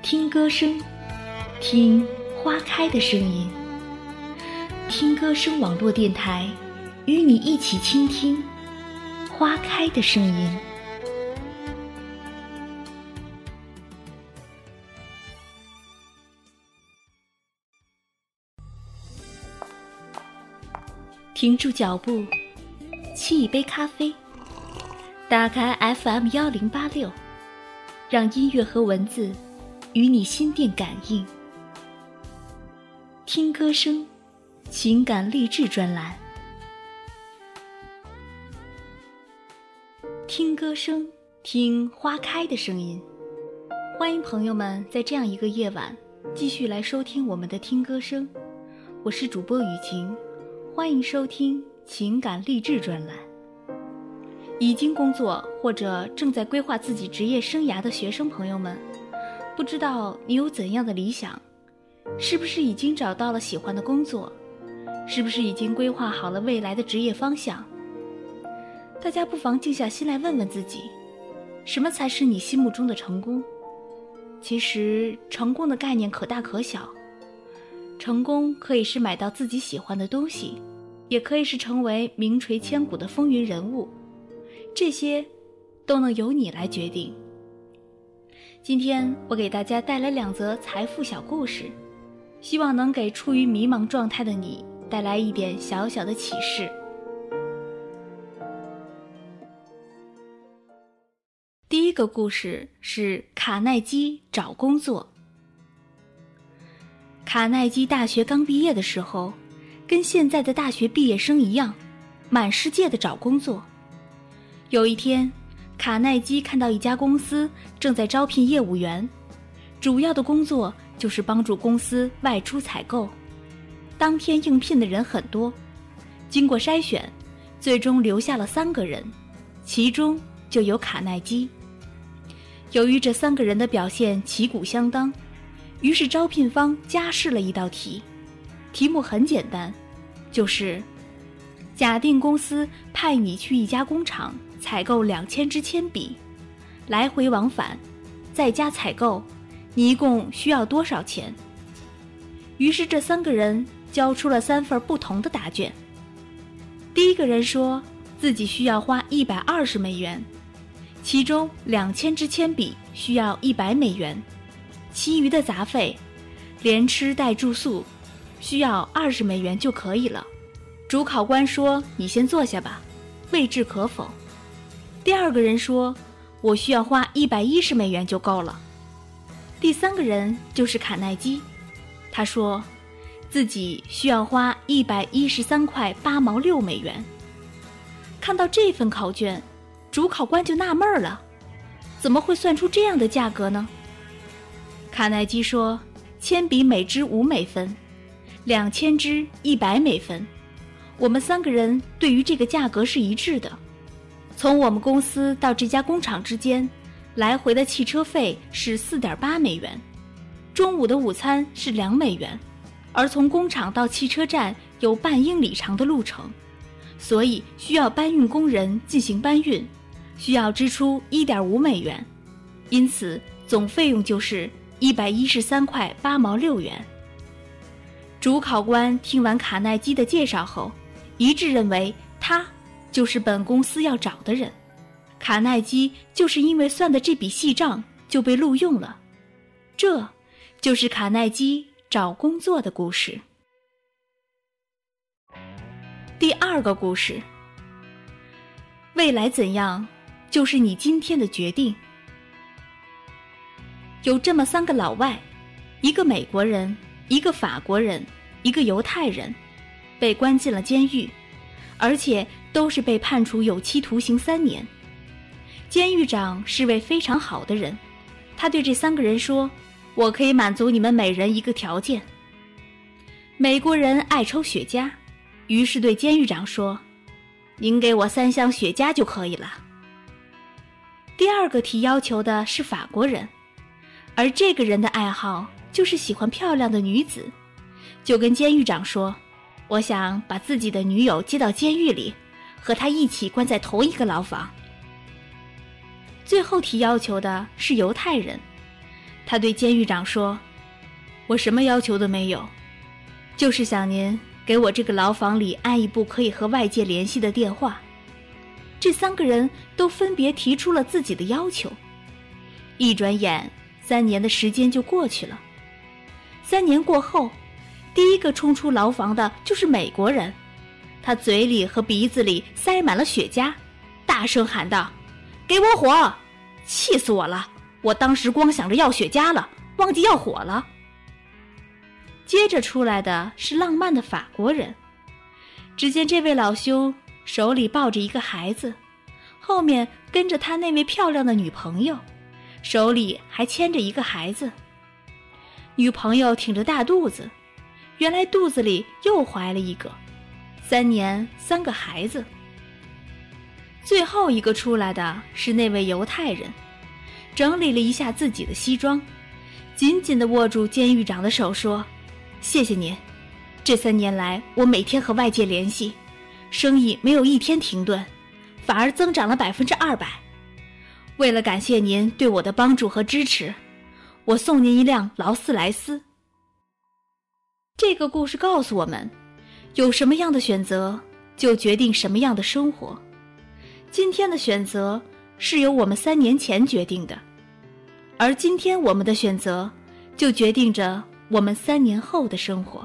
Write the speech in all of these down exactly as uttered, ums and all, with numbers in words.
听歌声，听花开的声音。听歌声网络电台，与你一起倾听花开的声音。停住脚步，沏一杯咖啡，打开 F M 一零八六，让音乐和文字与你心电感应。听歌声，情感励志专栏。听歌声，听花开的声音。欢迎朋友们在这样一个夜晚继续来收听我们的听歌声，我是主播雨晴，欢迎收听情感励志专栏。已经工作或者正在规划自己职业生涯的学生朋友们，不知道你有怎样的理想？是不是已经找到了喜欢的工作？是不是已经规划好了未来的职业方向？大家不妨静下心来问问自己，什么才是你心目中的成功？其实成功的概念可大可小，成功可以是买到自己喜欢的东西，也可以是成为名垂千古的风云人物，这些都能由你来决定。今天我给大家带来两则财富小故事，希望能给处于迷茫状态的你带来一点小小的启示。第一个故事是卡耐基找工作。卡耐基大学刚毕业的时候，跟现在的大学毕业生一样，满世界的找工作。有一天，卡耐基看到一家公司正在招聘业务员，主要的工作就是帮助公司外出采购。当天应聘的人很多，经过筛选，最终留下了三个人，其中就有卡耐基。由于这三个人的表现旗鼓相当，于是招聘方加试了一道题，题目很简单，就是假定公司派你去一家工厂采购两千支铅笔，来回往返，再加采购，你一共需要多少钱？于是这三个人交出了三份不同的答卷。第一个人说自己需要花一百二十美元，其中两千支铅笔需要一百美元，其余的杂费连吃带住宿需要二十美元就可以了。主考官说，你先坐下吧，未置可否。第二个人说，我需要花一百一十美元就够了。第三个人就是卡耐基，他说自己需要花一百一十三块八毛六美元。看到这份考卷，主考官就纳闷了，怎么会算出这样的价格呢？卡耐基说，铅笔每支五美分，两千支一百美分，我们三个人对于这个价格是一致的。从我们公司到这家工厂之间，来回的汽车费是 四点八美元，中午的午餐是两美元，而从工厂到汽车站有半英里长的路程，所以需要搬运工人进行搬运，需要支出 一点五美元，因此总费用就是一百一十三块八毛六元。主考官听完卡耐基的介绍后，一致认为他就是本公司要找的人。卡耐基就是因为算的这笔细账就被录用了。这就是卡耐基找工作的故事。第二个故事，未来怎样，就是你今天的决定。有这么三个老外，一个美国人，一个法国人，一个犹太人，被关进了监狱，而且都是被判处有期徒刑三年。监狱长是位非常好的人，他对这三个人说，我可以满足你们每人一个条件。美国人爱抽雪茄，于是对监狱长说，您给我三箱雪茄就可以了。第二个提要求的是法国人，而这个人的爱好就是喜欢漂亮的女子，就跟监狱长说，我想把自己的女友接到监狱里，和她一起关在同一个牢房。最后提要求的是犹太人， 他对监狱长说：我什么要求都没有，就是想您给我这个牢房里安一部可以和外界联系的电话。这三个人都分别提出了自己的要求。一转眼，三年的时间就过去了。三年过后，第一个冲出牢房的就是美国人，他嘴里和鼻子里塞满了雪茄，大声喊道：给我火！气死我了，我当时光想着要雪茄了，忘记要火了。接着出来的是浪漫的法国人，只见这位老兄手里抱着一个孩子，后面跟着他那位漂亮的女朋友，手里还牵着一个孩子。女朋友挺着大肚子，原来肚子里又怀了一个，三年三个孩子。最后一个出来的是那位犹太人，整理了一下自己的西装，紧紧地握住监狱长的手说：谢谢您，这三年来我每天和外界联系，生意没有一天停顿，反而增长了百分之二百。为了感谢您对我的帮助和支持，我送您一辆劳斯莱斯。这个故事告诉我们，有什么样的选择，就决定什么样的生活。今天的选择是由我们三年前决定的，而今天我们的选择就决定着我们三年后的生活。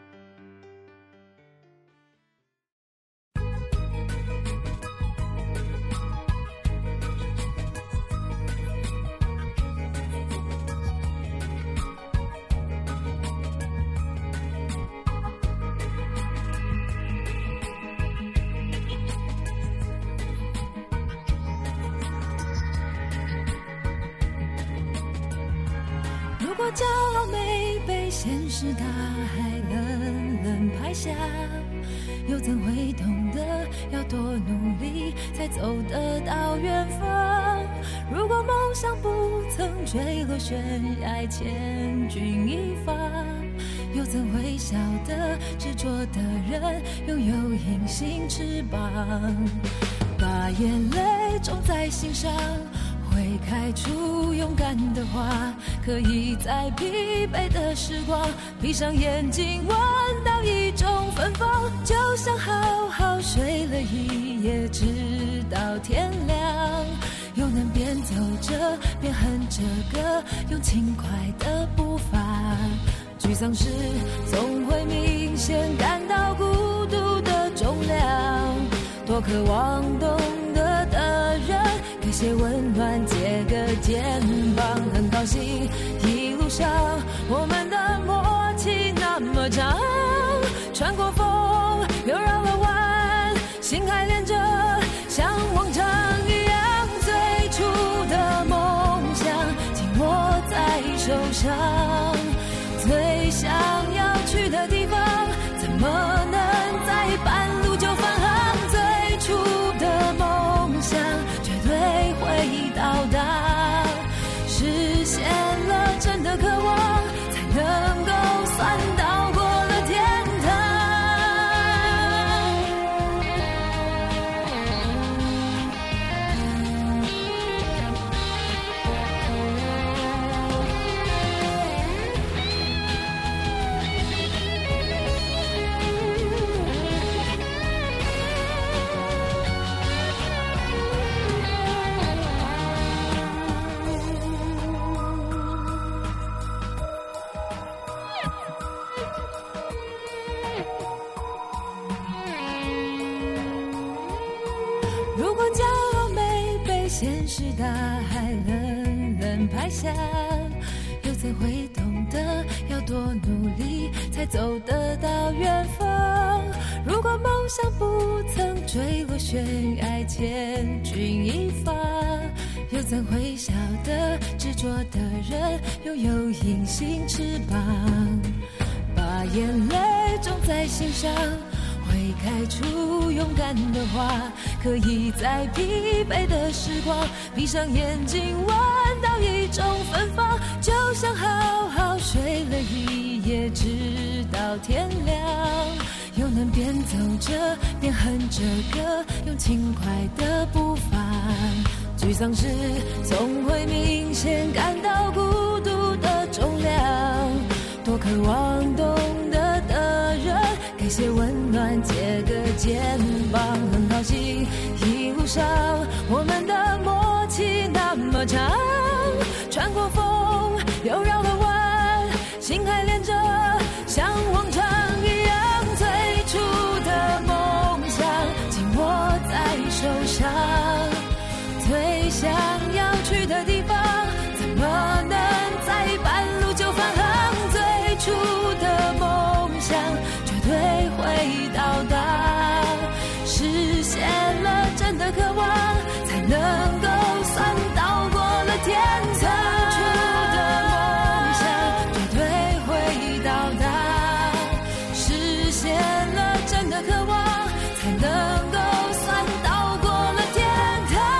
如果骄傲没被现实大海冷冷拍下，又怎会懂得要多努力才走得到远方？如果梦想不曾坠落悬崖千钧一发，又怎会晓得执着的人拥有隐形翅膀？把眼泪种在心上，会开出勇敢的花，可以在疲惫的时光闭上眼睛闻到一种芬芳，就像好好睡了一夜直到天亮，又能边走着边哼着歌，用轻快的步伐。沮丧时总会明显感到孤独的重量，多渴望懂得的人给些温暖，借个肩膀。很高兴一路上我们的默契那么长，穿过风又绕了弯，心还连着像往常一样，最初的梦想紧握在手上，最想要去的地方怎么能在半路就返航？最初的梦想绝对会到达，实现了真的渴望，才能够算到过了天堂。如果骄傲没被现实大海冷冷拍下，又怎会懂得要多努力才走得到远方？如果梦想不曾坠落悬崖千钧一发，又怎会晓得执着的人拥有隐形翅膀？把眼泪种在心上，会开出勇敢的花，可以在疲惫的时光闭上眼睛闻到一种芬芳，就像好好睡了一夜直到天亮，又能边走着边哼着歌，用轻快的步伐。沮丧时总会明显感到孤独上，我们的默契那么长，穿过风又绕了弯，心还连着，像往常一样，最初的梦想紧握在手上，最想要去的地方，怎么能在半路就返航？最初的梦想绝对会到达，实现了真的渴望，才能够算到过了天堂。最初的梦想绝对会到达，实现了真的渴望，才能够算到过了天堂。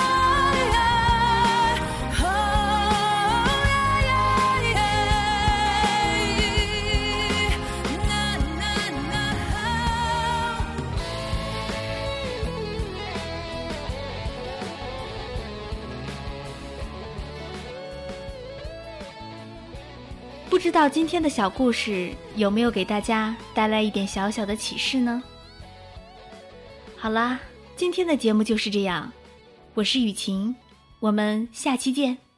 不知道今天的小故事有没有给大家带来一点小小的启示呢？好啦，今天的节目就是这样，我是雨晴，我们下期见。